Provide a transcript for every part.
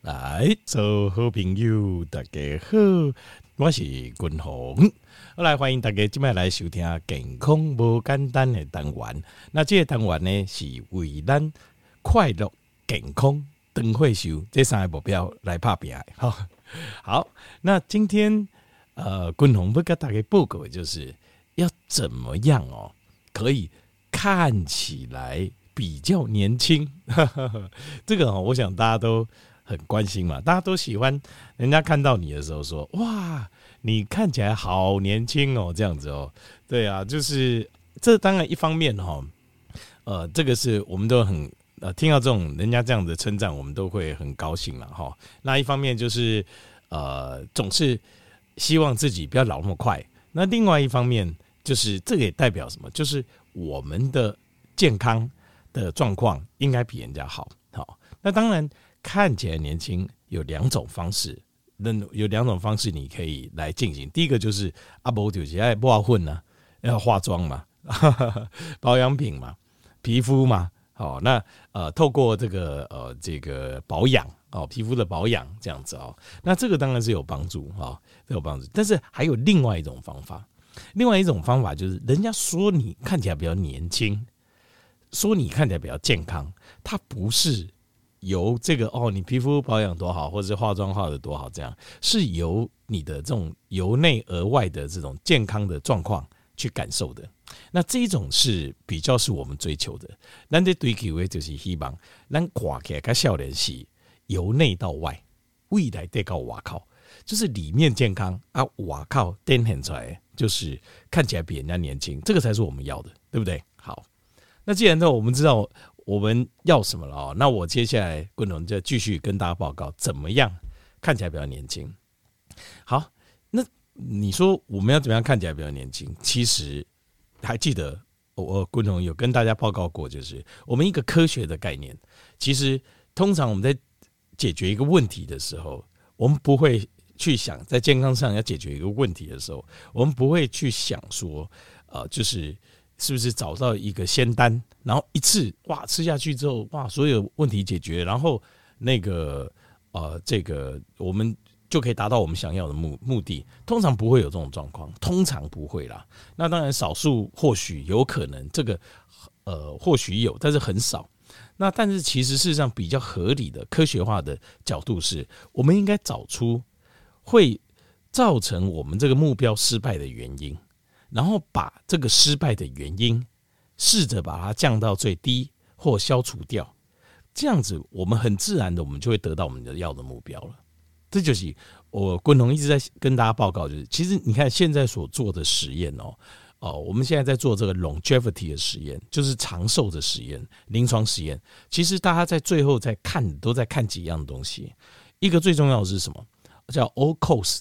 来，所有好朋友大家好，我是君鸿。好来，欢迎大家今摆来收听健康无简单的单元。那这个单元呢，是为咱快乐、健康、长岁寿这三个目标来打拼的。好，那今天君鸿要跟大家报告的就是要怎么样可以看起来比较年轻。这个我想大家都很关心嘛，大家都喜欢人家看到你的时候说，哇，你看起来好年轻这样子对啊，就是这当然一方面这个是我们都很听到这种人家这样的称赞，我们都会很高兴了那一方面就是总是希望自己不要老那么快。那另外一方面就是这个也代表什么？就是我们的健康的状况应该比人家好。那当然看起来年轻有两种方式，你可以来进行。第一个就是没就是要抹粉啊，要化妆嘛，保养品嘛，皮肤嘛。那透过这个保养皮肤的保养这样子那这个当然是有帮助有帮助。但是还有另外一种方法就是人家说你看起来比较年轻，说你看起来比较健康，它不是由这个你皮肤保养多好，或者是化妆化的多好，这样是由你的这种由内而外的这种健康的状况去感受的。那这一种是比较是我们追求的。咱在追求的就是希望咱看起来跟少年是由内到外，未来得到外靠，就是里面健康外靠展现出来就是看起来比人家年轻，这个才是我们要的，对不对？好，那既然我们知道我们要什么了那我接下来棍龙就继续跟大家报告怎么样看起来比较年轻。好，那你说我们要怎么样看起来比较年轻？其实还记得我棍龙有跟大家报告过，就是我们一个科学的概念，其实通常我们在解决一个问题的时候，我们不会去想在健康上要解决一个问题的时候，我们不会去想说就是是不是找到一个仙丹，然后一次吃下去之后所有问题解决，然后那个这个我们就可以达到我们想要的目的。通常不会有这种状况，通常不会啦。那当然少数或许有可能，这个或许有，但是很少。那但是其实事实上比较合理的科学化的角度是，我们应该找出会造成我们这个目标失败的原因，然后把这个失败的原因试着把它降到最低或消除掉，这样子我们很自然的我们就会得到我们的要的目标了。这就是我棍龙一直在跟大家报告，就是其实你看现在所做的实验我们现在在做这个 longevity 的实验，就是长寿的实验，临床实验。其实大家在最后都在看几样东西，一个最重要的是什么？叫 all cause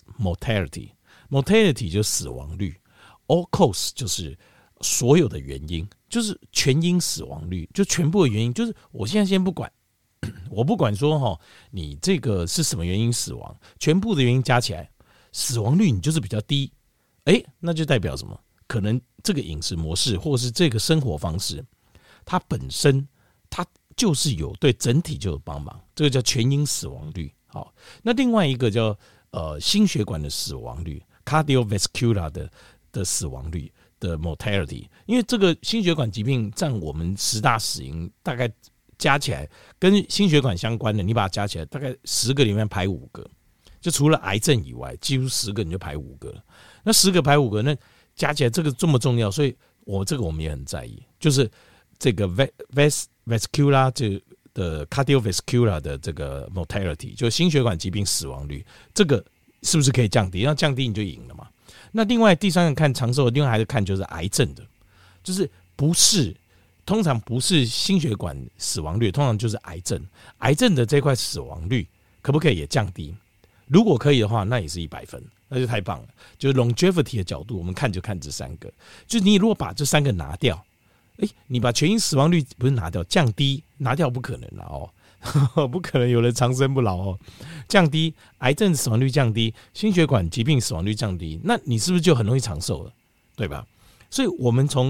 mortality 就是死亡率，all cause 就是所有的原因，就是全因死亡率，就全部的原因。就是我现在先不管，我不管说你这个是什么原因死亡，全部的原因加起来，死亡率你就是比较低，那就代表什么？可能这个饮食模式或是这个生活方式，它本身它就是有对整体就有帮忙，这个叫全因死亡率。好，那另外一个叫心血管的死亡率 cardiovascular 的死亡率的 mortality， 因为这个心血管疾病占我们10大死因，大概加起来跟心血管相关的，你把它加起来，大概10个里面排5个，就除了癌症以外，几乎10个你就排5个了。那10个排5个，那加起来这个这么重要，所以我们也很在意，就是这个 vascular 的 cardiovascular 的这个 mortality， 就心血管疾病死亡率，这个是不是可以降低？那降低你就赢了嘛。那另外第三个看长寿，另外还是看就是癌症的，就是通常不是心血管死亡率，通常就是癌症的这块死亡率可不可以也降低？如果可以的话，那也是100分，那就太棒了。就是 longevity 的角度，我们看就看这3个。就是你如果把这3个拿掉，你把全因死亡率不是拿掉，降低，拿掉不可能了不可能有人长生不老降低癌症死亡率降低，心血管疾病死亡率降低，那你是不是就很容易长寿了？对吧？所以我们从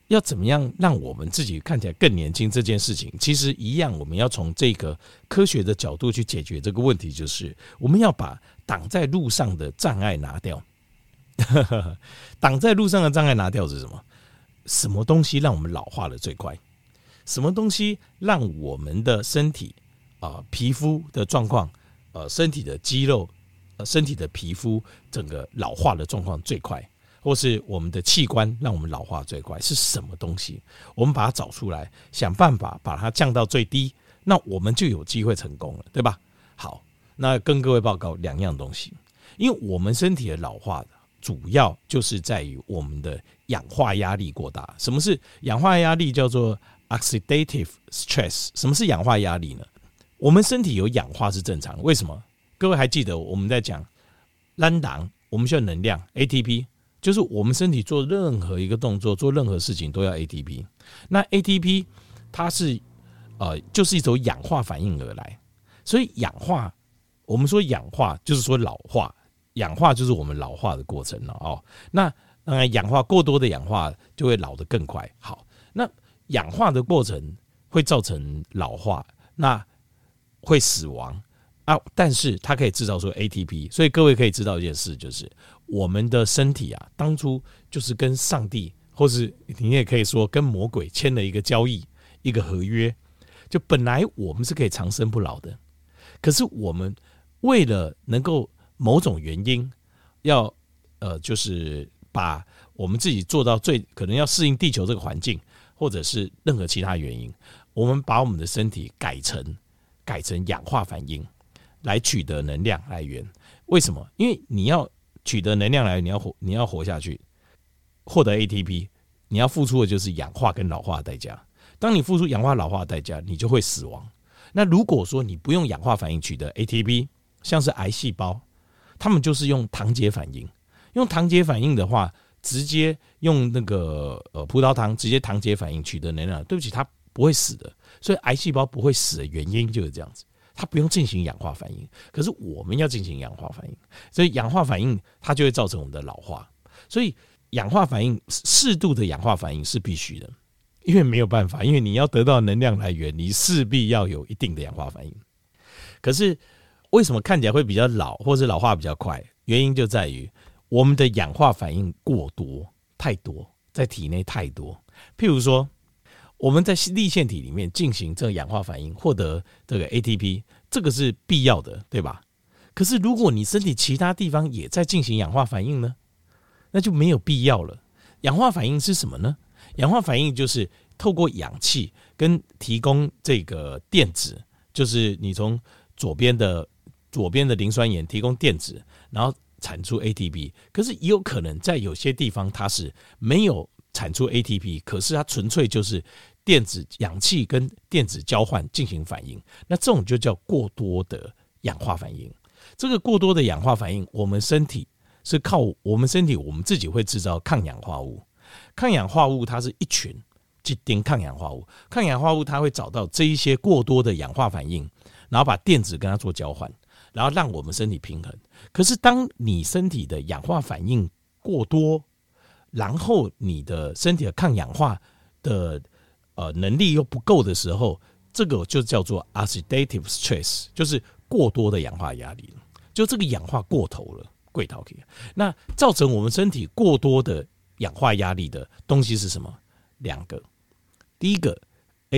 要怎么样让我们自己看起来更年轻这件事情，其实一样，我们要从这个科学的角度去解决这个问题，就是我们要把挡在路上的障碍拿掉。挡在路上的障碍拿掉是什么？什么东西让我们老化的最快？什么东西让我们的身体皮肤的状况身体的肌肉身体的皮肤整个老化的状况最快？或是我们的器官让我们老化最快是什么东西？我们把它找出来，想办法把它降到最低，那我们就有机会成功了，对吧？好，那跟各位报告2样东西，因为我们身体的老化主要就是在于我们的氧化压力过大。什么是氧化压力？叫做 oxidative stress。 什么是氧化压力呢？我们身体有氧化是正常，为什么？各位还记得我们在讲咱人我们需要能量 ATP，就是我们身体做任何一个动作，做任何事情都要 ATP。那 ATP 它是就是一种氧化反应而来，所以氧化，我们说氧化就是说老化，氧化就是我们老化的过程了哦。那当然，氧化过多的氧化就会老得更快。好，那氧化的过程会造成老化，那会死亡啊，但是它可以制造出 ATP， 所以各位可以知道一件事，就是我们的身体啊，当初就是跟上帝，或是你也可以说跟魔鬼签了一个交易，一个合约。就本来我们是可以长生不老的，可是我们为了能够某种原因，要就是把我们自己做到最可能要适应地球这个环境，或者是任何其他原因，我们把我们的身体改成氧化反应来取得能量来源。为什么？因为你要取得能量来源，你要活下去，获得 ATP， 你要付出的就是氧化跟老化的代价。当你付出氧化老化的代价，你就会死亡。那如果说你不用氧化反应取得 ATP， 像是癌细胞，他们就是用糖解反应。用糖解反应的话，直接用那个葡萄糖直接糖解反应取得能量，对不起，它不会死的。所以癌细胞不会死的原因就是这样子，它不用进行氧化反应，可是我们要进行氧化反应，所以氧化反应它就会造成我们的老化。所以氧化反应，适度的氧化反应是必须的，因为没有办法，因为你要得到能量来源，你势必要有一定的氧化反应。可是为什么看起来会比较老，或是老化比较快？原因就在于我们的氧化反应过多，太多，在体内太多。譬如说，我们在粒线体里面进行这个氧化反应，获得这个 ATP， 这个是必要的，对吧？可是如果你身体其他地方也在进行氧化反应呢，那就没有必要了。氧化反应是什么呢？氧化反应就是透过氧气跟提供这个电子，就是你从左边的磷酸盐提供电子，然后产出 ATP。可是也有可能在有些地方它是没有产出 ATP， 可是它纯粹就是电子氧气跟电子交换进行反应，那这种就叫过多的氧化反应。这个过多的氧化反应，我们身体是靠我们身体我们自己会制造抗氧化物。抗氧化物它是一群抗氧化物，抗氧化物它会找到这一些过多的氧化反应，然后把电子跟它做交换，然后让我们身体平衡。可是当你身体的氧化反应过多，然后你的身体的抗氧化的能力又不够的时候，这个就叫做 oxidative stress， 就是过多的氧化压力了，就这个氧化过头了，贵到可以。那造成我们身体过多的氧化压力的东西是什么？2个。第一个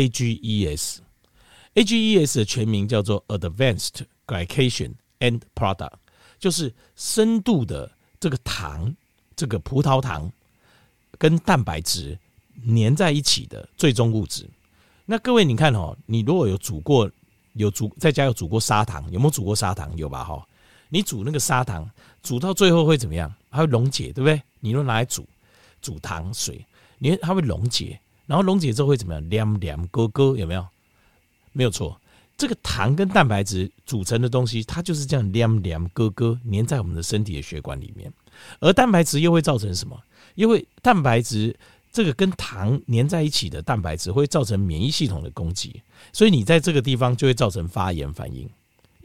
AGEs 的全名叫做 Advanced Glycation End Product， 就是深度的这个糖，这个葡萄糖跟蛋白质粘在一起的最终物质。那各位你看你如果在家有煮过砂糖，有没有煮过砂糖？有吧你煮那个砂糖，煮到最后会怎么样？它会溶解，对不对？你如果拿来煮糖水，它会溶解，然后溶解之后会怎么样？黏黏哥哥，有没有？没有错，这个糖跟蛋白质组成的东西，它就是这样黏黏哥哥粘在我们的身体的血管里面。而蛋白质又会造成什么？因为蛋白质这个跟糖粘在一起的蛋白质会造成免疫系统的攻击，所以你在这个地方就会造成发炎反应。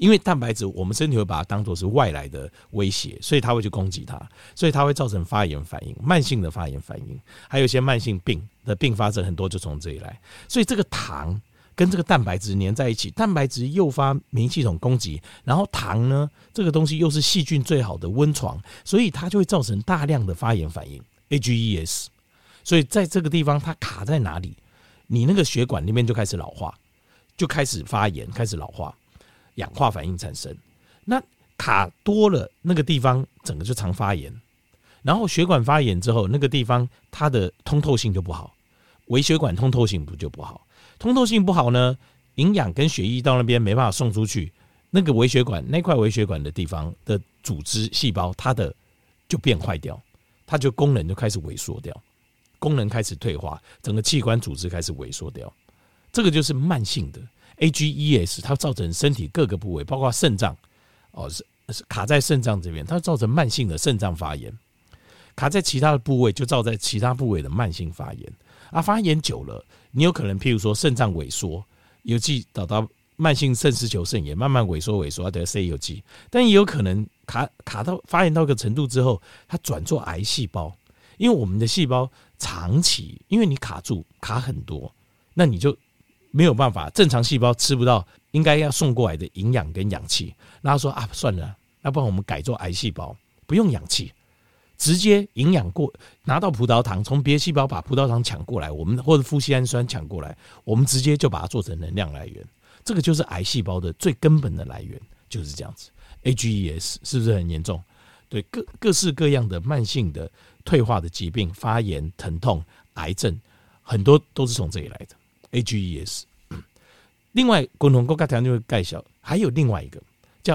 因为蛋白质我们身体会把它当作是外来的威胁，所以它会去攻击它，所以它会造成发炎反应，慢性的发炎反应，还有一些慢性病的并发症很多就从这里来。所以这个糖跟这个蛋白质粘在一起，蛋白质诱发免疫系统攻击，然后糖呢这个东西又是细菌最好的温床，所以它就会造成大量的发炎反应 AGEs。 所以在这个地方它卡在哪里，你那个血管那边就开始老化，就开始发炎，开始老化，氧化反应产生。那卡多了那个地方整个就常发炎，然后血管发炎之后那个地方它的通透性就不好，微血管通透性就不好，通透性不好呢，营养跟血液到那边没办法送出去，那个微血管那块微血管的地方的组织细胞它的就变坏掉，它就功能就开始萎缩掉，功能开始退化，整个器官组织开始萎缩掉。这个就是慢性的 AGEs， 它造成身体各个部位包括肾脏卡在肾脏这边，它造成慢性的肾脏发炎，卡在其他的部位就造成其他部位的慢性发炎发炎久了你有可能譬如说肾脏萎缩，尤其导到慢性肾丝球肾炎慢慢萎缩得 C 有剂，但也有可能卡到发炎到一个程度之后它转做癌细胞，因为我们的细胞长期因为你卡很多，那你就没有办法，正常细胞吃不到应该要送过来的营养跟氧气，然后说算了，要不然我们改做癌细胞，不用氧气，直接营养拿到葡萄糖，从别的细胞把葡萄糖抢过来，我们或者麩酰氨酸抢过来，我们直接就把它做成能量来源，这个就是癌细胞的最根本的来源，就是这样子。AGEs 是不是很严重？对，各式各样的慢性的退化的疾病，发炎、疼痛、癌症，很多都是从这里来的 AGEs。 另外共同国家条件会介绍还有另外一个叫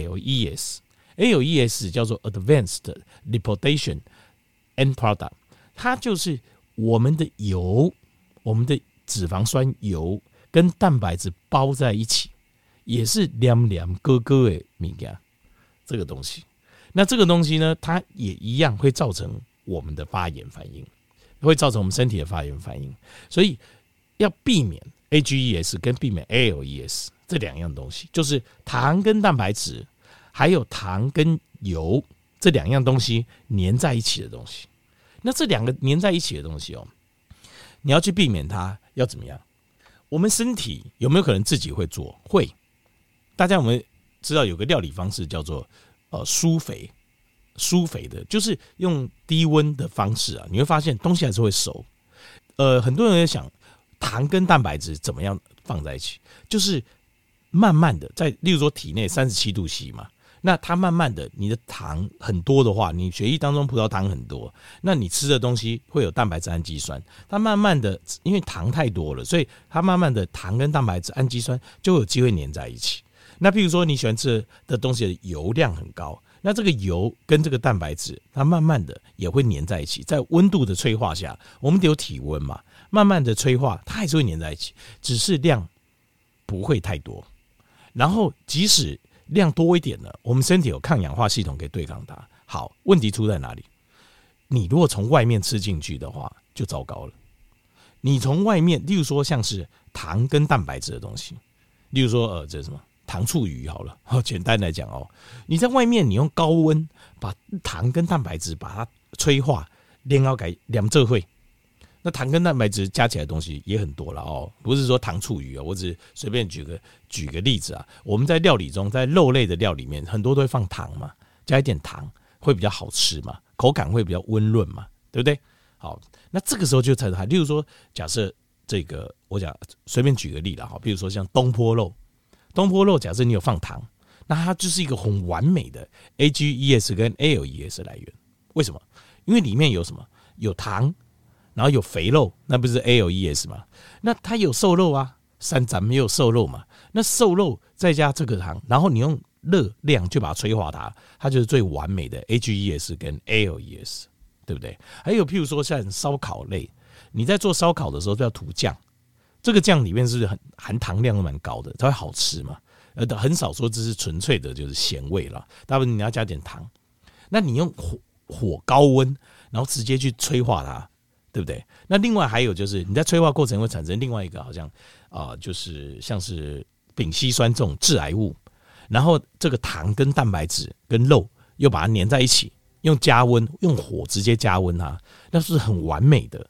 ALES， 叫做 Advanced Lipidation End Product， 它就是我们的油，我们的脂肪酸油跟蛋白质包在一起，也是黏黏哥哥的物件，这个东西。那这个东西呢，它也一样会造成我们的发炎反应，会造成我们身体的发炎反应，所以要避免 AGEs 跟避免 ALES 这两样东西，就是糖跟蛋白质还有糖跟油这两样东西粘在一起的东西。那这两个粘在一起的东西你要去避免它，要怎么样？我们身体有没有可能自己会做？会。大家有没有知道有个料理方式叫做疏肥的，就是用低温的方式你会发现东西还是会熟。很多人在想糖跟蛋白质怎么样放在一起，就是慢慢的在例如说体内37度 C 嘛，那它慢慢的你的糖很多的话，你血液当中葡萄糖很多，那你吃的东西会有蛋白质氨基酸，它慢慢的因为糖太多了，所以它慢慢的糖跟蛋白质氨基酸就有机会粘在一起。那譬如说你喜欢吃的东西的油量很高，那这个油跟这个蛋白质它慢慢的也会粘在一起，在温度的催化下，我们得有体温嘛，慢慢的催化它还是会粘在一起，只是量不会太多。然后即使量多一点了，我们身体有抗氧化系统可以对抗它。好，问题出在哪里？你如果从外面吃进去的话就糟糕了。你从外面例如说像是糖跟蛋白质的东西，例如说这是什么糖醋鱼好了，简单来讲你在外面你用高温把糖跟蛋白质把它催化，然后改两这会，那糖跟蛋白质加起来的东西也很多了不是说糖醋鱼我只随便举个例子我们在料理中，在肉类的料里面很多都会放糖嘛，加一点糖会比较好吃嘛，口感会比较温润嘛，对不对？好，那这个时候就才例如说假设这个我讲随便举个例啦，比如说像东坡肉，假设你有放糖，那它就是一个很完美的 AGEs 跟 ALES 来源。为什么？因为里面有什么？有糖，然后有肥肉，那不是 ALES 吗？那它有瘦肉咱们也有瘦肉嘛，那瘦肉再加这个糖，然后你用热量就把它催化它就是最完美的 AGEs 跟 ALES， 对不对？还有譬如说像烧烤类，你在做烧烤的时候都要涂酱，这个酱里面是不是含糖量都蛮高的，它会好吃嘛？很少说这是纯粹的就是咸味啦，大部分你要加点糖。那你用火高温，然后直接去催化它，对不对？那另外还有就是你在催化过程会产生另外一个好像就是像是丙烯酸这种致癌物， 然后这个糖跟蛋白质跟肉又把它粘在一起，用加温，用火直接加温它，那是很完美的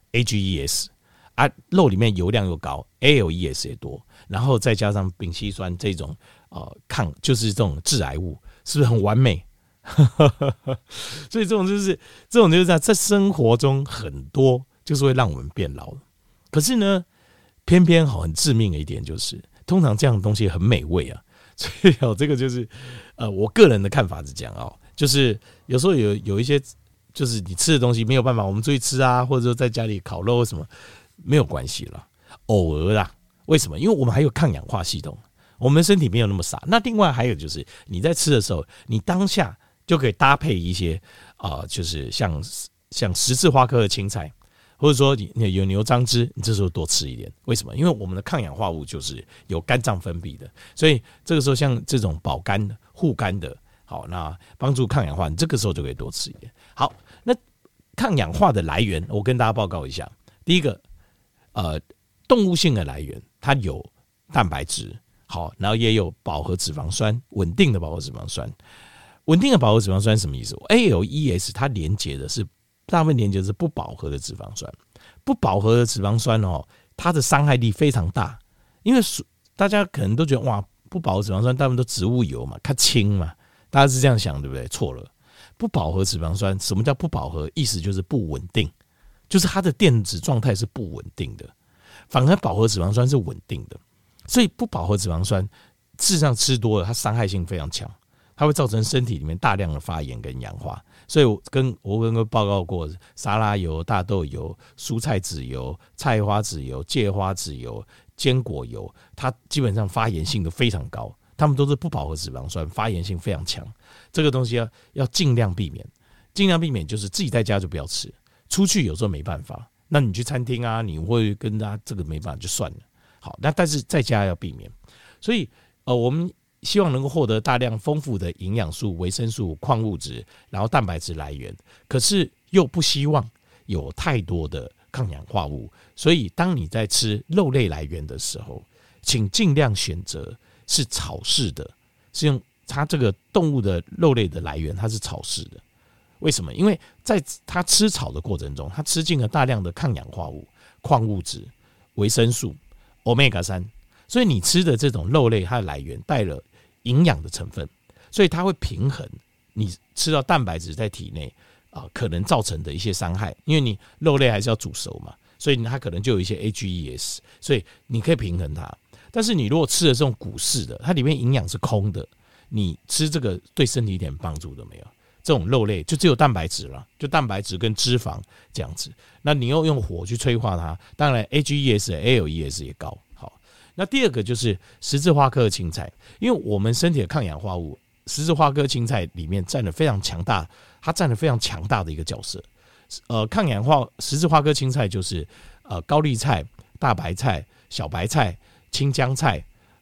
AGEs 啊，肉里面油量又高 ，ALES 也多，然后再加上丙烯酸这种就是这种致癌物，是不是很完美？所以这种就是这样，在生活中很多就是会让我们变老了。可是呢，偏偏很致命的一点就是，通常这样的东西很美味啊，所以这个就是我个人的看法是这样就是有时候有一些就是你吃的东西没有办法，我们出去吃啊，或者说在家里烤肉什么没有关系啦，偶尔啦。为什么？因为我们还有抗氧化系统，我们身体没有那么傻。那另外还有就是你在吃的时候，你当下就可以搭配一些就是像十字花科的青菜，或者说你有牛樟芝，你这时候多吃一点。为什么？因为我们的抗氧化物就是有肝脏分泌的，所以这个时候像这种保肝的、护肝的，好，那帮助抗氧化，你这个时候就可以多吃一点。好，那抗氧化的来源，我跟大家报告一下。第一个，动物性的来源，它有蛋白质，好，然后也有饱和脂肪酸，稳定的饱和脂肪酸。稳定的饱和脂肪酸是什么意思 ？ALES 它连接的是大部分连接的是不饱和的脂肪酸，不饱和的脂肪酸它的伤害力非常大，因为大家可能都觉得哇，不饱和脂肪酸大部分都植物油嘛，它轻嘛，大家是这样想对不对？错了，不饱和脂肪酸什么叫不饱和？意思就是不稳定，就是它的电子状态是不稳定的。反而饱和脂肪酸是稳定的，所以不饱和脂肪酸事实上吃多了，它伤害性非常强，它会造成身体里面大量的发炎跟氧化。所以我跟各位报告过，沙拉油、大豆油、蔬菜籽油、菜花籽油、芥花籽油、坚果油，它基本上发炎性都非常高，它们都是不饱和脂肪酸，发炎性非常强。这个东西要尽量避免，尽量避免就是自己在家就不要吃，出去有时候没办法。那你去餐厅啊，你会跟他这个没办法就算了。好，那但是在家要避免。所以我们希望能够获得大量丰富的营养素、维生素、矿物质，然后蛋白质来源，可是又不希望有太多的抗氧化物。所以当你在吃肉类来源的时候，请尽量选择是草饲的，是用它这个动物的肉类的来源，它是草饲的。为什么？因为在它吃草的过程中，它吃进了大量的抗氧化物、矿物质、维生素、Omega 3，所以你吃的这种肉类，它的来源带了营养的成分，所以它会平衡你吃到蛋白质在体内可能造成的一些伤害。因为你肉类还是要煮熟嘛，所以它可能就有一些 AGEs， 所以你可以平衡它。但是你如果吃的这种谷饲的，它里面营养是空的，你吃这个对身体一点帮助都没有。这种肉类就只有蛋白质了，就蛋白质跟脂肪这样子。那你又用火去催化它，当然 AGEs、ALES 也高。好，那第二个就是十字花科的青菜，因为我们身体的抗氧化物，十字花科青菜里面占了非常强大，它占了非常强大的一个角色。抗氧化十字花科青菜就是高丽菜、大白菜、小白菜、青江菜，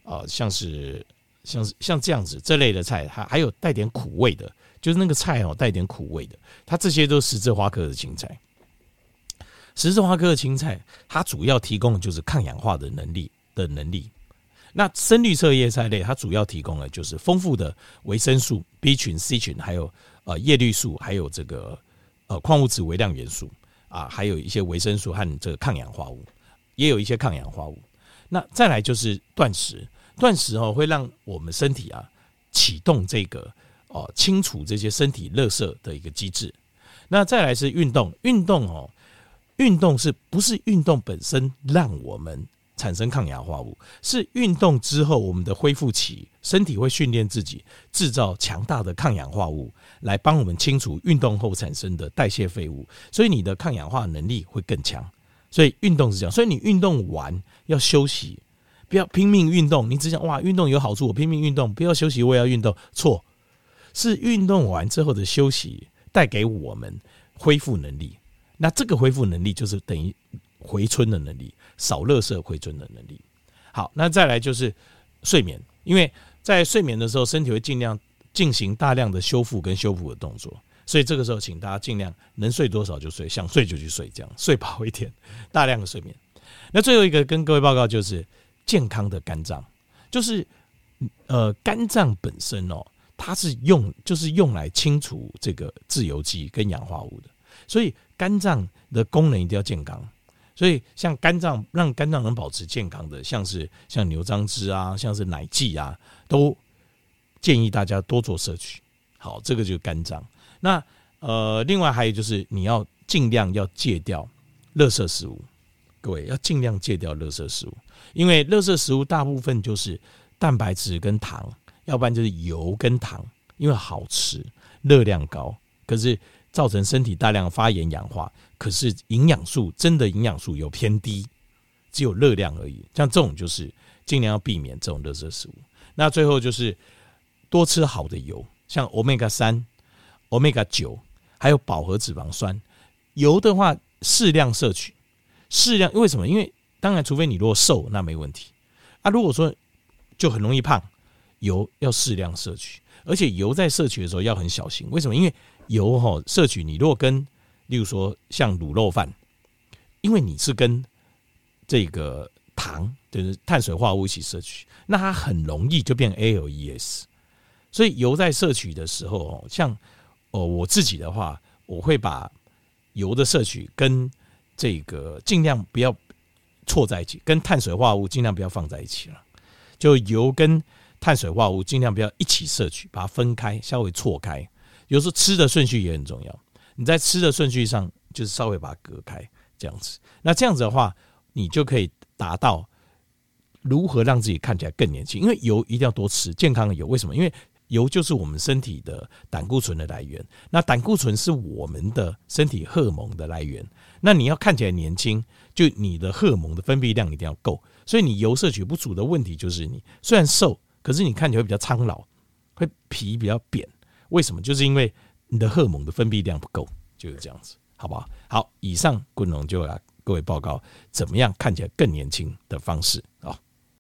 像这样子这类的菜，还有带点苦味的。就是那个菜带点苦味的，它这些都是十字花科的青菜。十字花科的青菜，它主要提供的就是抗氧化的能力。那深绿色叶菜类，它主要提供的就是丰富的维生素 B 群、C 群，还有叶绿素，还有这个矿物质微量元素还有一些维生素和这个抗氧化物，也有一些抗氧化物。那再来就是断食会让我们身体启动这个清除这些身体垃圾的一个机制。那再来是运动是不是运动本身让我们产生抗氧化物？是运动之后我们的恢复期，身体会训练自己制造强大的抗氧化物，来帮我们清除运动后产生的代谢废物，所以你的抗氧化能力会更强。所以运动是这样，所以你运动完要休息，不要拼命运动。你只想哇运动有好处，我拼命运动，不要休息我也要运动，错。是运动完之后的休息带给我们恢复能力，那这个恢复能力就是等于回春的能力，扫垃圾回春的能力。好，那再来就是睡眠，因为在睡眠的时候，身体会尽量进行大量的修复跟修复的动作，所以这个时候请大家尽量能睡多少就睡，想睡就去睡，这样睡饱一点，大量的睡眠。那最后一个跟各位报告就是健康的肝脏，就是肝脏本身哦，它是就是用来清除这个自由基跟氧化物的，所以肝脏的功能一定要健康。所以像让肝脏能保持健康的，像牛樟芝啊，像是奶蓟啊，都建议大家多做摄取。好，这个就是肝脏。那另外还有就是你要尽量要戒掉垃圾食物，各位要尽量戒掉垃圾食物，因为垃圾食物大部分就是蛋白质跟糖，要不然就是油跟糖，因为好吃，热量高，可是造成身体大量发炎氧化，可是真的营养素有偏低，只有热量而已。像这种就是尽量要避免这种垃圾食物。那最后就是多吃好的油，像 Omega-3、Omega-9， 还有饱和脂肪酸。油的话适量摄取，为什么？因为当然除非你如果瘦那没问题啊，如果说就很容易胖，油要适量摄取，而且油在摄取的时候要很小心。为什么？因为油摄取你如果跟例如说像卤肉饭，因为你是跟这个糖就是碳水化合物一起摄取，那它很容易就变 ALES。所以油在摄取的时候，像我自己的话，我会把油的摄取跟这个尽量不要错在一起，跟碳水化合物尽量不要放在一起了。就油跟碳水化合物尽量不要一起摄取，把它分开，稍微错开。有时候吃的顺序也很重要，你在吃的顺序上就是稍微把它隔开，这样子。那这样子的话，你就可以达到如何让自己看起来更年轻。因为油一定要多吃，健康的油。为什么？因为油就是我们身体的胆固醇的来源，那胆固醇是我们的身体荷尔蒙的来源。那你要看起来年轻，就你的荷尔蒙的分泌量一定要够。所以你油摄取不足的问题就是你虽然瘦，可是你看起来会比较苍老，会皮比较扁。为什么？就是因为你的荷尔蒙的分泌量不够，就是这样子，好不好？好，以上昆龙就来各位报告怎么样看起来更年轻的方式啊。